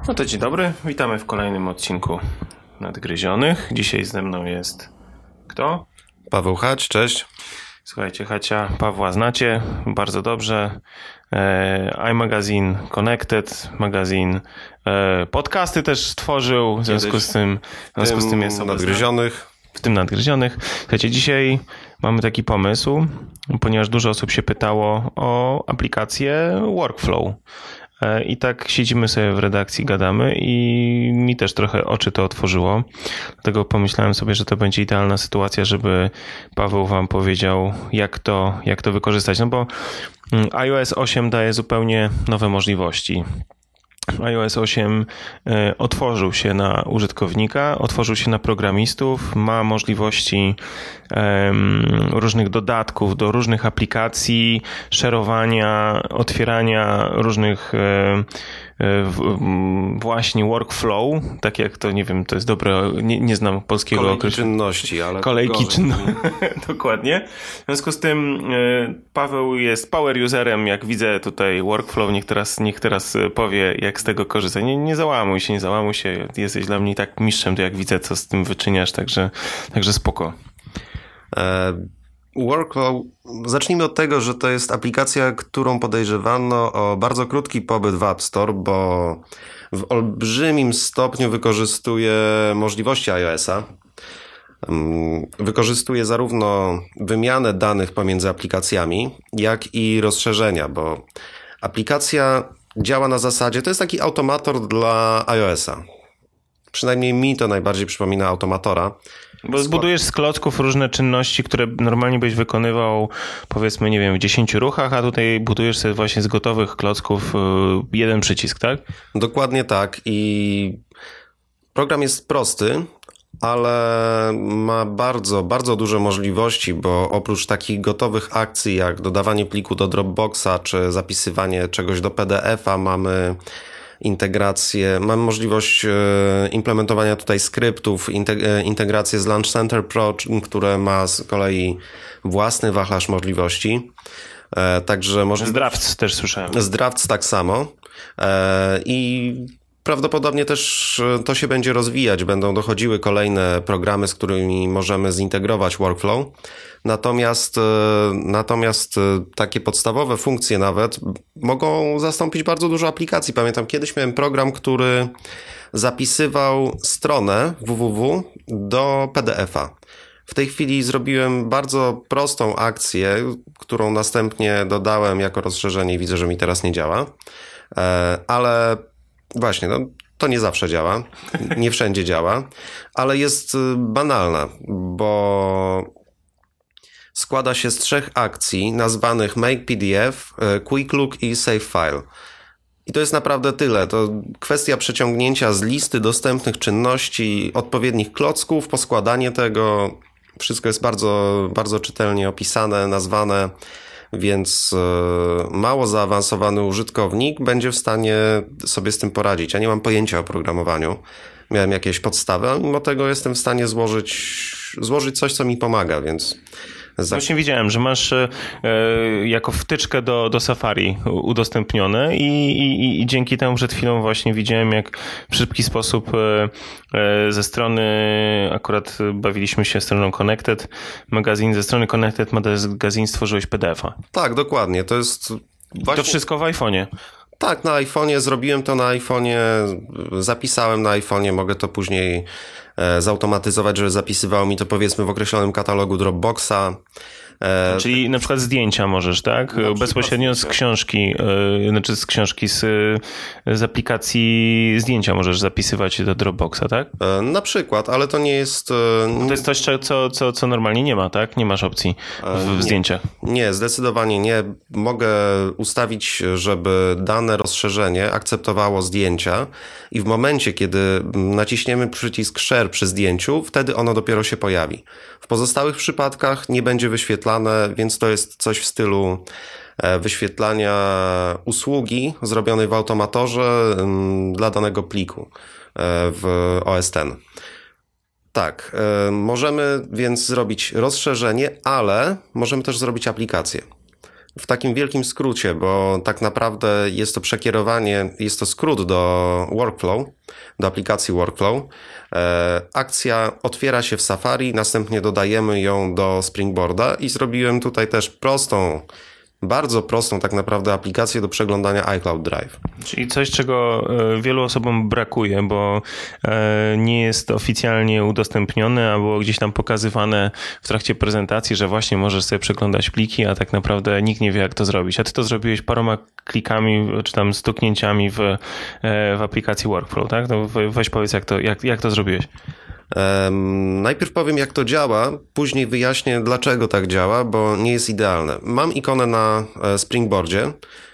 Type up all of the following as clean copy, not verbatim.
No to dzień dobry, witamy w kolejnym odcinku Nadgryzionych. Dzisiaj ze mną jest kto? Paweł Hać, cześć. Słuchajcie, Hacia, Pawła znacie bardzo dobrze. iMagazine Connected, magazyn, podcasty też tworzył, w związku z tym jest Nadgryzionych. W tym Nadgryzionych. Słuchajcie, dzisiaj mamy taki pomysł, ponieważ dużo osób się pytało o aplikację Workflow. I tak siedzimy sobie w redakcji, gadamy i mi też trochę oczy to otworzyło. Dlatego pomyślałem sobie, że to będzie idealna sytuacja, żeby Paweł wam powiedział, jak to wykorzystać. No bo iOS 8 daje zupełnie nowe możliwości. iOS 8 otworzył się na użytkownika, otworzył się na programistów, ma możliwości różnych dodatków do różnych aplikacji, szerowania, otwierania różnych właśnie workflow, tak jak to, nie wiem, to jest dobre, nie znam polskiego określenia. Czynności, ale kolejki czynności. Dokładnie. W związku z tym Paweł jest power userem, jak widzę tutaj workflow, niech teraz powie, jak z tego korzystać. Nie załamuj się, jesteś dla mnie tak mistrzem, to jak widzę, co z tym wyczyniasz, także spoko. Workflow, zacznijmy od tego, że to jest aplikacja, którą podejrzewano o bardzo krótki pobyt w App Store, bo w olbrzymim stopniu wykorzystuje możliwości iOS-a. Wykorzystuje zarówno wymianę danych pomiędzy aplikacjami, jak i rozszerzenia, bo aplikacja działa na zasadzie, to jest taki automator dla iOS-a. Przynajmniej mi to najbardziej przypomina automatora. Bo zbudujesz z klocków różne czynności, które normalnie byś wykonywał, powiedzmy, nie wiem, w 10 ruchach, a tutaj budujesz sobie właśnie z gotowych klocków jeden przycisk, tak? Dokładnie tak i program jest prosty, ale ma bardzo, bardzo duże możliwości, bo oprócz takich gotowych akcji jak dodawanie pliku do Dropboxa czy zapisywanie czegoś do PDF-a mamy możliwość implementowania tutaj skryptów, integrację z Launch Center Pro, które ma z kolei własny wachlarz możliwości. Także z Drafts też słyszałem. Z Drafts tak samo. I prawdopodobnie też to się będzie rozwijać. Będą dochodziły kolejne programy, z którymi możemy zintegrować workflow. Natomiast takie podstawowe funkcje nawet mogą zastąpić bardzo dużo aplikacji. Pamiętam, kiedyś miałem program, który zapisywał stronę www do PDF-a. W tej chwili zrobiłem bardzo prostą akcję, którą następnie dodałem jako rozszerzenie i widzę, że mi teraz nie działa. Ale właśnie, to nie zawsze działa, nie wszędzie działa, ale jest banalna, bo składa się z 3 akcji nazwanych Make PDF, Quick Look i Save File. I to jest naprawdę tyle. To kwestia przeciągnięcia z listy dostępnych czynności, odpowiednich klocków, poskładanie tego. Wszystko jest bardzo, bardzo czytelnie opisane, nazwane, więc mało zaawansowany użytkownik będzie w stanie sobie z tym poradzić. Ja nie mam pojęcia o programowaniu. Miałem jakieś podstawy, a mimo tego jestem w stanie złożyć coś, co mi pomaga, więc... Właśnie widziałem, że masz jako wtyczkę do Safari udostępnione i dzięki temu przed chwilą właśnie widziałem, jak w szybki sposób ze strony, akurat bawiliśmy się stroną Connected Magazine, ze strony Connected Magazine stworzyłeś PDF-a. Tak, dokładnie. To jest właśnie... To wszystko w iPhone'ie. Tak, na iPhone'ie, zrobiłem to na iPhone'ie, zapisałem na iPhone'ie, mogę to później zautomatyzować, żeby zapisywało mi to powiedzmy w określonym katalogu Dropboxa. Czyli na przykład zdjęcia możesz, tak? Bezpośrednio z książki, z aplikacji zdjęcia możesz zapisywać do Dropboxa, tak? Na przykład, ale to nie jest... To jest coś, co normalnie nie ma, tak? Nie masz opcji w zdjęciach. Nie, zdecydowanie nie. Mogę ustawić, żeby dane rozszerzenie akceptowało zdjęcia i w momencie, kiedy naciśniemy przycisk Share przy zdjęciu, wtedy ono dopiero się pojawi. W pozostałych przypadkach nie będzie wyświetlane, więc to jest coś w stylu wyświetlania usługi zrobionej w automatorze dla danego pliku w OS X. Tak, możemy więc zrobić rozszerzenie, ale możemy też zrobić aplikację. w takim wielkim skrócie, bo tak naprawdę jest to przekierowanie, jest to skrót do workflow, do aplikacji workflow. Akcja otwiera się w Safari, następnie dodajemy ją do Springboarda i zrobiłem tutaj też bardzo prostą tak naprawdę aplikację do przeglądania iCloud Drive. Czyli coś, czego wielu osobom brakuje, bo nie jest oficjalnie udostępnione albo gdzieś tam pokazywane w trakcie prezentacji, że właśnie możesz sobie przeglądać pliki, a tak naprawdę nikt nie wie, jak to zrobić. A ty to zrobiłeś paroma klikami, czy tam stuknięciami w aplikacji Workflow, tak? No weź powiedz, jak to zrobiłeś. Najpierw powiem, jak to działa, później wyjaśnię, dlaczego tak działa, bo nie jest idealne. Mam ikonę na Springboardzie.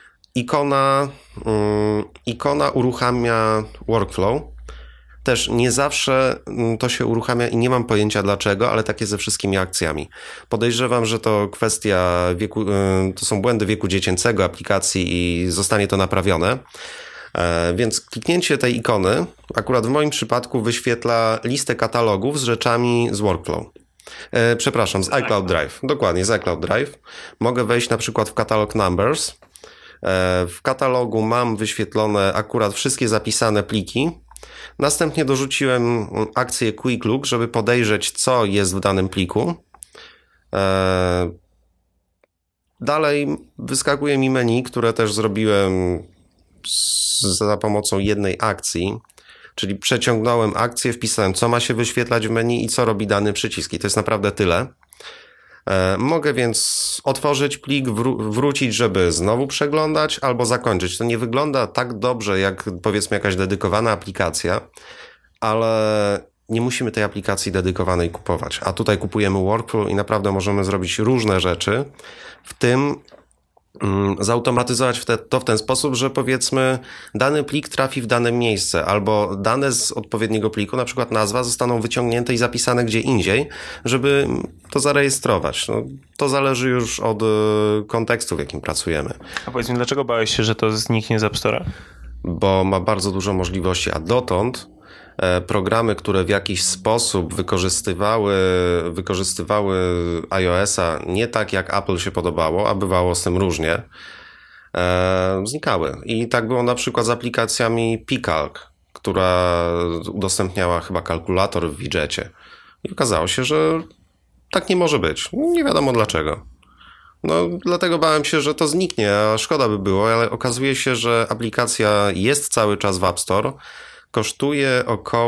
Ikona uruchamia workflow. Też nie zawsze to się uruchamia i nie mam pojęcia dlaczego, ale tak jest ze wszystkimi akcjami. Podejrzewam, że to kwestia wieku, to są błędy wieku dziecięcego aplikacji i zostanie to naprawione. Więc kliknięcie tej ikony, akurat w moim przypadku wyświetla listę katalogów z rzeczami z workflow. Przepraszam, z iCloud Drive. Dokładnie, z iCloud Drive. Mogę wejść na przykład w katalog Numbers. W katalogu mam wyświetlone akurat wszystkie zapisane pliki. Następnie dorzuciłem akcję Quick Look, żeby podejrzeć, co jest w danym pliku. Dalej wyskakuje mi menu, które też zrobiłem za pomocą jednej akcji, czyli przeciągnąłem akcję, wpisałem, co ma się wyświetlać w menu i co robi dany przycisk. I to jest naprawdę tyle. Mogę więc otworzyć plik, wrócić, żeby znowu przeglądać albo zakończyć. To nie wygląda tak dobrze, jak powiedzmy jakaś dedykowana aplikacja, ale nie musimy tej aplikacji dedykowanej kupować. A tutaj kupujemy workflow i naprawdę możemy zrobić różne rzeczy, w tym zautomatyzować to w ten sposób, że powiedzmy dany plik trafi w dane miejsce albo dane z odpowiedniego pliku, na przykład nazwa, zostaną wyciągnięte i zapisane gdzie indziej, żeby to zarejestrować. No, to zależy już od kontekstu, w jakim pracujemy. A powiedz mi, dlaczego bałeś się, że to zniknie z App Store'a? Bo ma bardzo dużo możliwości, a dotąd programy, które w jakiś sposób wykorzystywały iOS-a nie tak, jak Apple się podobało, a bywało z tym różnie, znikały. I tak było na przykład z aplikacjami Picalc, która udostępniała chyba kalkulator w widgetie. I okazało się, że tak nie może być. Nie wiadomo dlaczego. No, dlatego bałem się, że to zniknie, a szkoda by było, ale okazuje się, że aplikacja jest cały czas w App Store. Kosztuje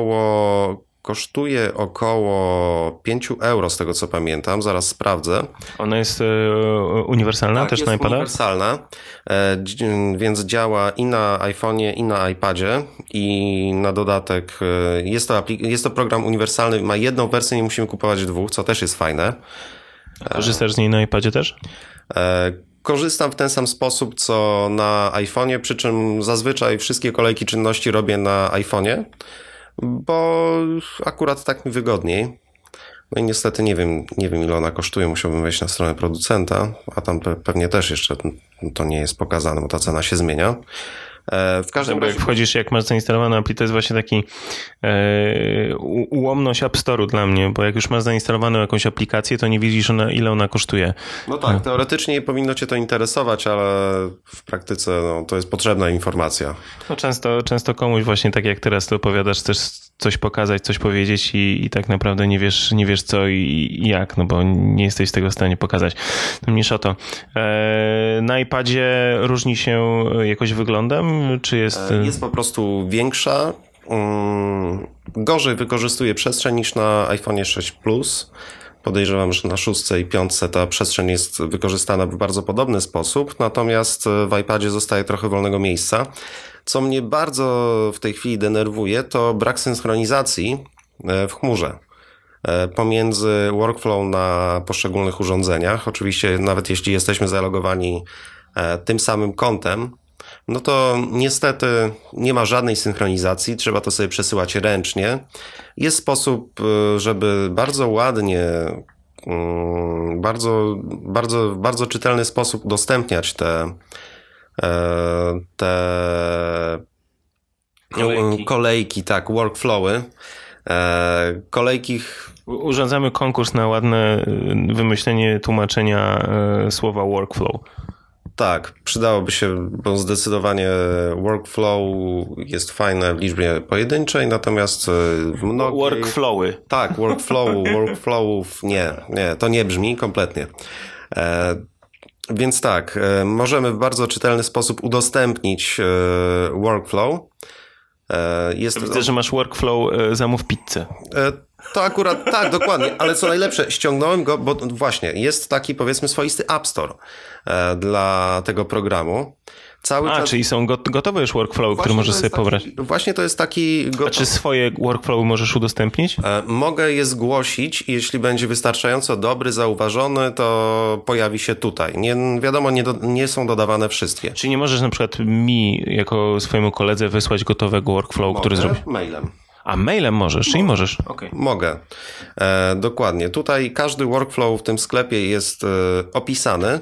około 5 euro, z tego co pamiętam, zaraz sprawdzę. Ona jest uniwersalna tak, też na iPada? Jest uniwersalna, więc działa i na iPhone'ie, i na iPadzie i na dodatek jest to program uniwersalny, ma jedną wersję, nie musimy kupować dwóch, co też jest fajne. Korzystasz z niej na iPadzie też? Korzystam w ten sam sposób, co na iPhone'ie, przy czym zazwyczaj wszystkie kolejki czynności robię na iPhone'ie, bo akurat tak mi wygodniej. No i niestety nie wiem ile ona kosztuje, musiałbym wejść na stronę producenta, a tam pewnie też jeszcze to nie jest pokazane, bo ta cena się zmienia. W każdym razie... Jak wchodzisz, jak masz zainstalowaną aplikację, to jest właśnie taki ułomność App Store'u dla mnie, bo jak już masz zainstalowaną jakąś aplikację, to nie widzisz ile ona kosztuje. No tak, teoretycznie nie powinno cię to interesować, ale w praktyce to jest potrzebna informacja. No często komuś właśnie tak jak teraz to opowiadasz, chcesz coś pokazać, coś powiedzieć i tak naprawdę nie wiesz co i jak, no bo nie jesteś tego w stanie pokazać. No mniejsza o to. Na iPadzie różni się jakoś wyglądem? Czy jest... Jest po prostu większa, gorzej wykorzystuje przestrzeń niż na iPhone 6 Plus. Podejrzewam, że na 6 i 5 ta przestrzeń jest wykorzystana w bardzo podobny sposób, natomiast w iPadzie zostaje trochę wolnego miejsca. Co mnie bardzo w tej chwili denerwuje, to brak synchronizacji w chmurze pomiędzy workflow na poszczególnych urządzeniach. Oczywiście nawet jeśli jesteśmy zalogowani tym samym kontem, no to niestety nie ma żadnej synchronizacji, trzeba to sobie przesyłać ręcznie. Jest sposób, żeby bardzo ładnie, w bardzo czytelny sposób udostępniać te kolejki, tak, workflowy. Kolejki... Urządzamy konkurs na ładne wymyślenie tłumaczenia słowa workflow. Tak, przydałoby się, bo zdecydowanie workflow jest fajne w liczbie pojedynczej, natomiast w mnogiej... Workflowy. Tak, workflowów nie, to nie brzmi kompletnie. Więc tak, możemy w bardzo czytelny sposób udostępnić workflow. Widzę, że masz workflow zamów pizzę. To akurat, tak, dokładnie, ale co najlepsze, ściągnąłem go, bo właśnie jest taki, powiedzmy, swoisty App Store dla tego programu. Czyli są gotowe już workflowy, które możesz sobie pobrać. Właśnie to jest taki... A czy swoje workflowy możesz udostępnić? Mogę je zgłosić i jeśli będzie wystarczająco dobry, zauważony, to pojawi się tutaj. Nie, wiadomo, nie są dodawane wszystkie. Czy nie możesz na przykład mi, jako swojemu koledze, wysłać gotowego workflowu, który zrobisz? Mailem. A mailem możesz, czyli możesz. Okay. Mogę. Dokładnie. Tutaj każdy workflow w tym sklepie jest opisany.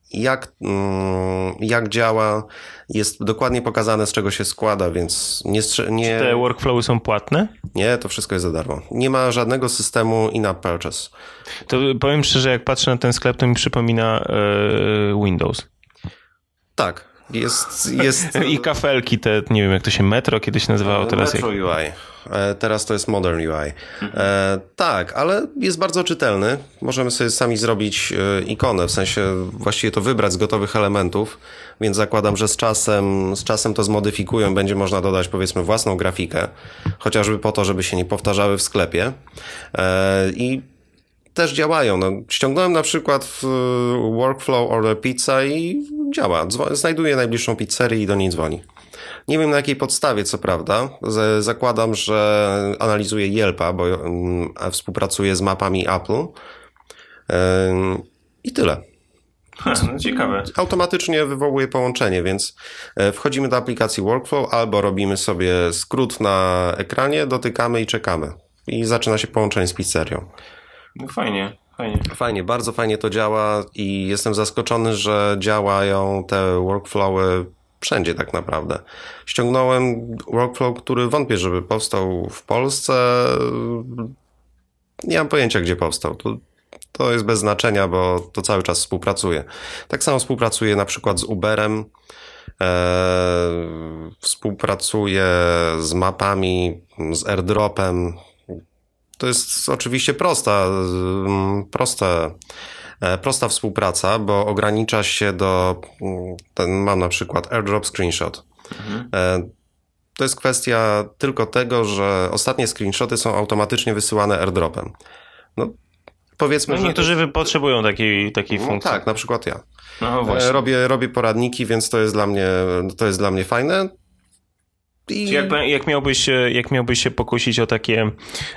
Jak działa, jest dokładnie pokazane, z czego się składa, więc nie... Czy te workflowy są płatne? Nie, to wszystko jest za darmo. Nie ma żadnego systemu in-app purchase. To powiem szczerze, jak patrzę na ten sklep, to mi przypomina Windows. Tak. Jest... I kafelki te, nie wiem jak to się Metro kiedyś nazywało. Teraz Metro UI. Teraz to jest Modern UI. Tak, ale jest bardzo czytelny. Możemy sobie sami zrobić ikonę, w sensie właściwie to wybrać z gotowych elementów, więc zakładam, że z czasem to zmodyfikują, będzie można dodać, powiedzmy, własną grafikę, chociażby po to, żeby się nie powtarzały w sklepie. I też działają. No, ściągnąłem na przykład workflow order pizza i działa. Znajduję najbliższą pizzerię i do niej dzwoni. Nie wiem na jakiej podstawie, co prawda. Zakładam, że analizuje Yelpa, bo współpracuje z mapami Apple. I tyle. No ciekawe. Automatycznie wywołuje połączenie, więc wchodzimy do aplikacji Workflow albo robimy sobie skrót na ekranie, dotykamy i czekamy. I zaczyna się połączenie z pizzerią. No fajnie. Fajnie, bardzo fajnie to działa i jestem zaskoczony, że działają te workflowy wszędzie tak naprawdę. Ściągnąłem workflow, który wątpię, żeby powstał w Polsce. Nie mam pojęcia, gdzie powstał. To jest bez znaczenia, bo to cały czas współpracuje. Tak samo współpracuję na przykład z Uberem, współpracuję z mapami, z AirDropem. To jest oczywiście prosta współpraca, bo ogranicza się do... Mam na przykład AirDrop Screenshot. To jest kwestia tylko tego, że ostatnie screenshoty są automatycznie wysyłane AirDropem. No, powiedzmy, że... Niektórzy potrzebują takiej funkcji. Tak, na przykład ja. No właśnie. Robię poradniki, więc to jest dla mnie fajne. I... Jak miałbyś się pokusić o takie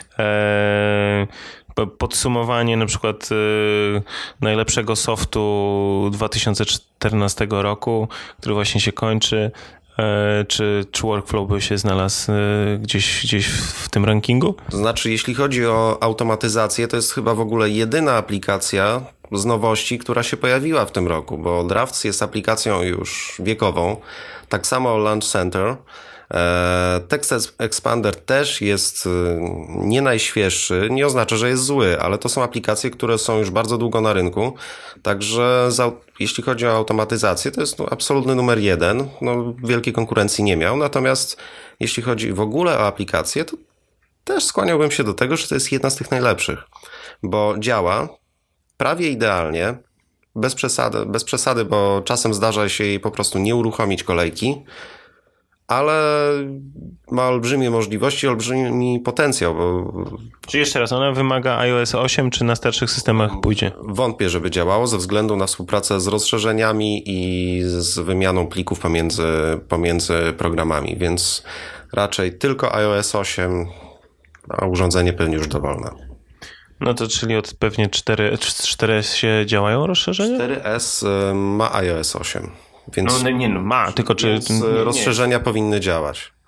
podsumowanie na przykład najlepszego softu 2014 roku, który właśnie się kończy, czy workflow by się znalazł gdzieś w tym rankingu? To znaczy, jeśli chodzi o automatyzację, to jest chyba w ogóle jedyna aplikacja z nowości, która się pojawiła w tym roku, bo Drafts jest aplikacją już wiekową, tak samo Launch Center. Text Expander też jest nie najświeższy, nie oznacza, że jest zły, ale to są aplikacje, które są już bardzo długo na rynku, także jeśli chodzi o automatyzację, to jest absolutny numer 1, wielkiej konkurencji nie miał, natomiast jeśli chodzi w ogóle o aplikację, to też skłaniałbym się do tego, że to jest jedna z tych najlepszych, bo działa prawie idealnie, bez przesady, bo czasem zdarza się jej po prostu nie uruchomić kolejki, ale ma olbrzymie możliwości, olbrzymi potencjał. Czy jeszcze raz, ona wymaga iOS 8, czy na starszych systemach pójdzie? Wątpię, żeby działało ze względu na współpracę z rozszerzeniami i z wymianą plików pomiędzy programami, więc raczej tylko iOS 8, a urządzenie pewnie już dowolne. No to czyli od pewnie 4S się działają rozszerzenia? 4S ma iOS 8. Więc, ma, tylko czy... rozszerzenia powinny działać.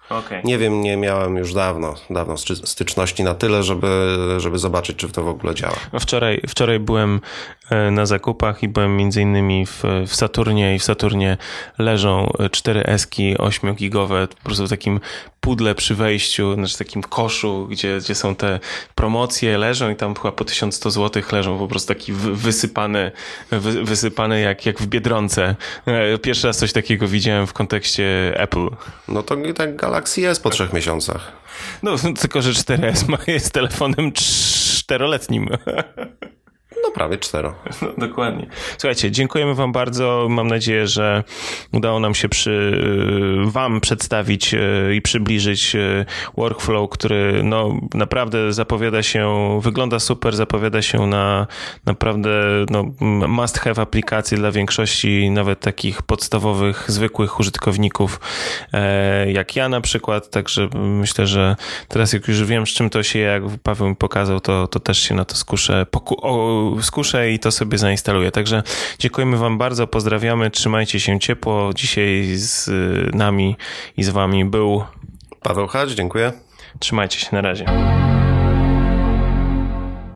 Okay. Nie wiem, nie miałem już dawno styczności na tyle, żeby zobaczyć, czy to w ogóle działa. Wczoraj byłem na zakupach i byłem między innymi w Saturnie i w Saturnie leżą 4 S-ki 8-gigowe po prostu w takim pudle przy wejściu, znaczy takim koszu, gdzie są te promocje, leżą i tam chyba po 1100 zł leżą po prostu taki wysypane jak w Biedronce. Pierwszy raz coś takiego widziałem w kontekście Apple. No to tak Galaxy S po 3 miesiącach. No tylko, że 4S jest telefonem 4-letnim. No prawie 4. No, dokładnie. Słuchajcie, dziękujemy wam bardzo. Mam nadzieję, że udało nam się wam przedstawić i przybliżyć workflow, który no naprawdę wygląda super, zapowiada się na naprawdę must have aplikacje dla większości nawet takich podstawowych, zwykłych użytkowników jak ja na przykład. Także myślę, że teraz jak już wiem, z czym to się je, jak Paweł mi pokazał, to też się na to skuszę i to sobie zainstaluję. Także dziękujemy wam bardzo, pozdrawiamy, trzymajcie się ciepło. Dzisiaj z nami i z wami był Paweł Hacz, dziękuję. Trzymajcie się, na razie.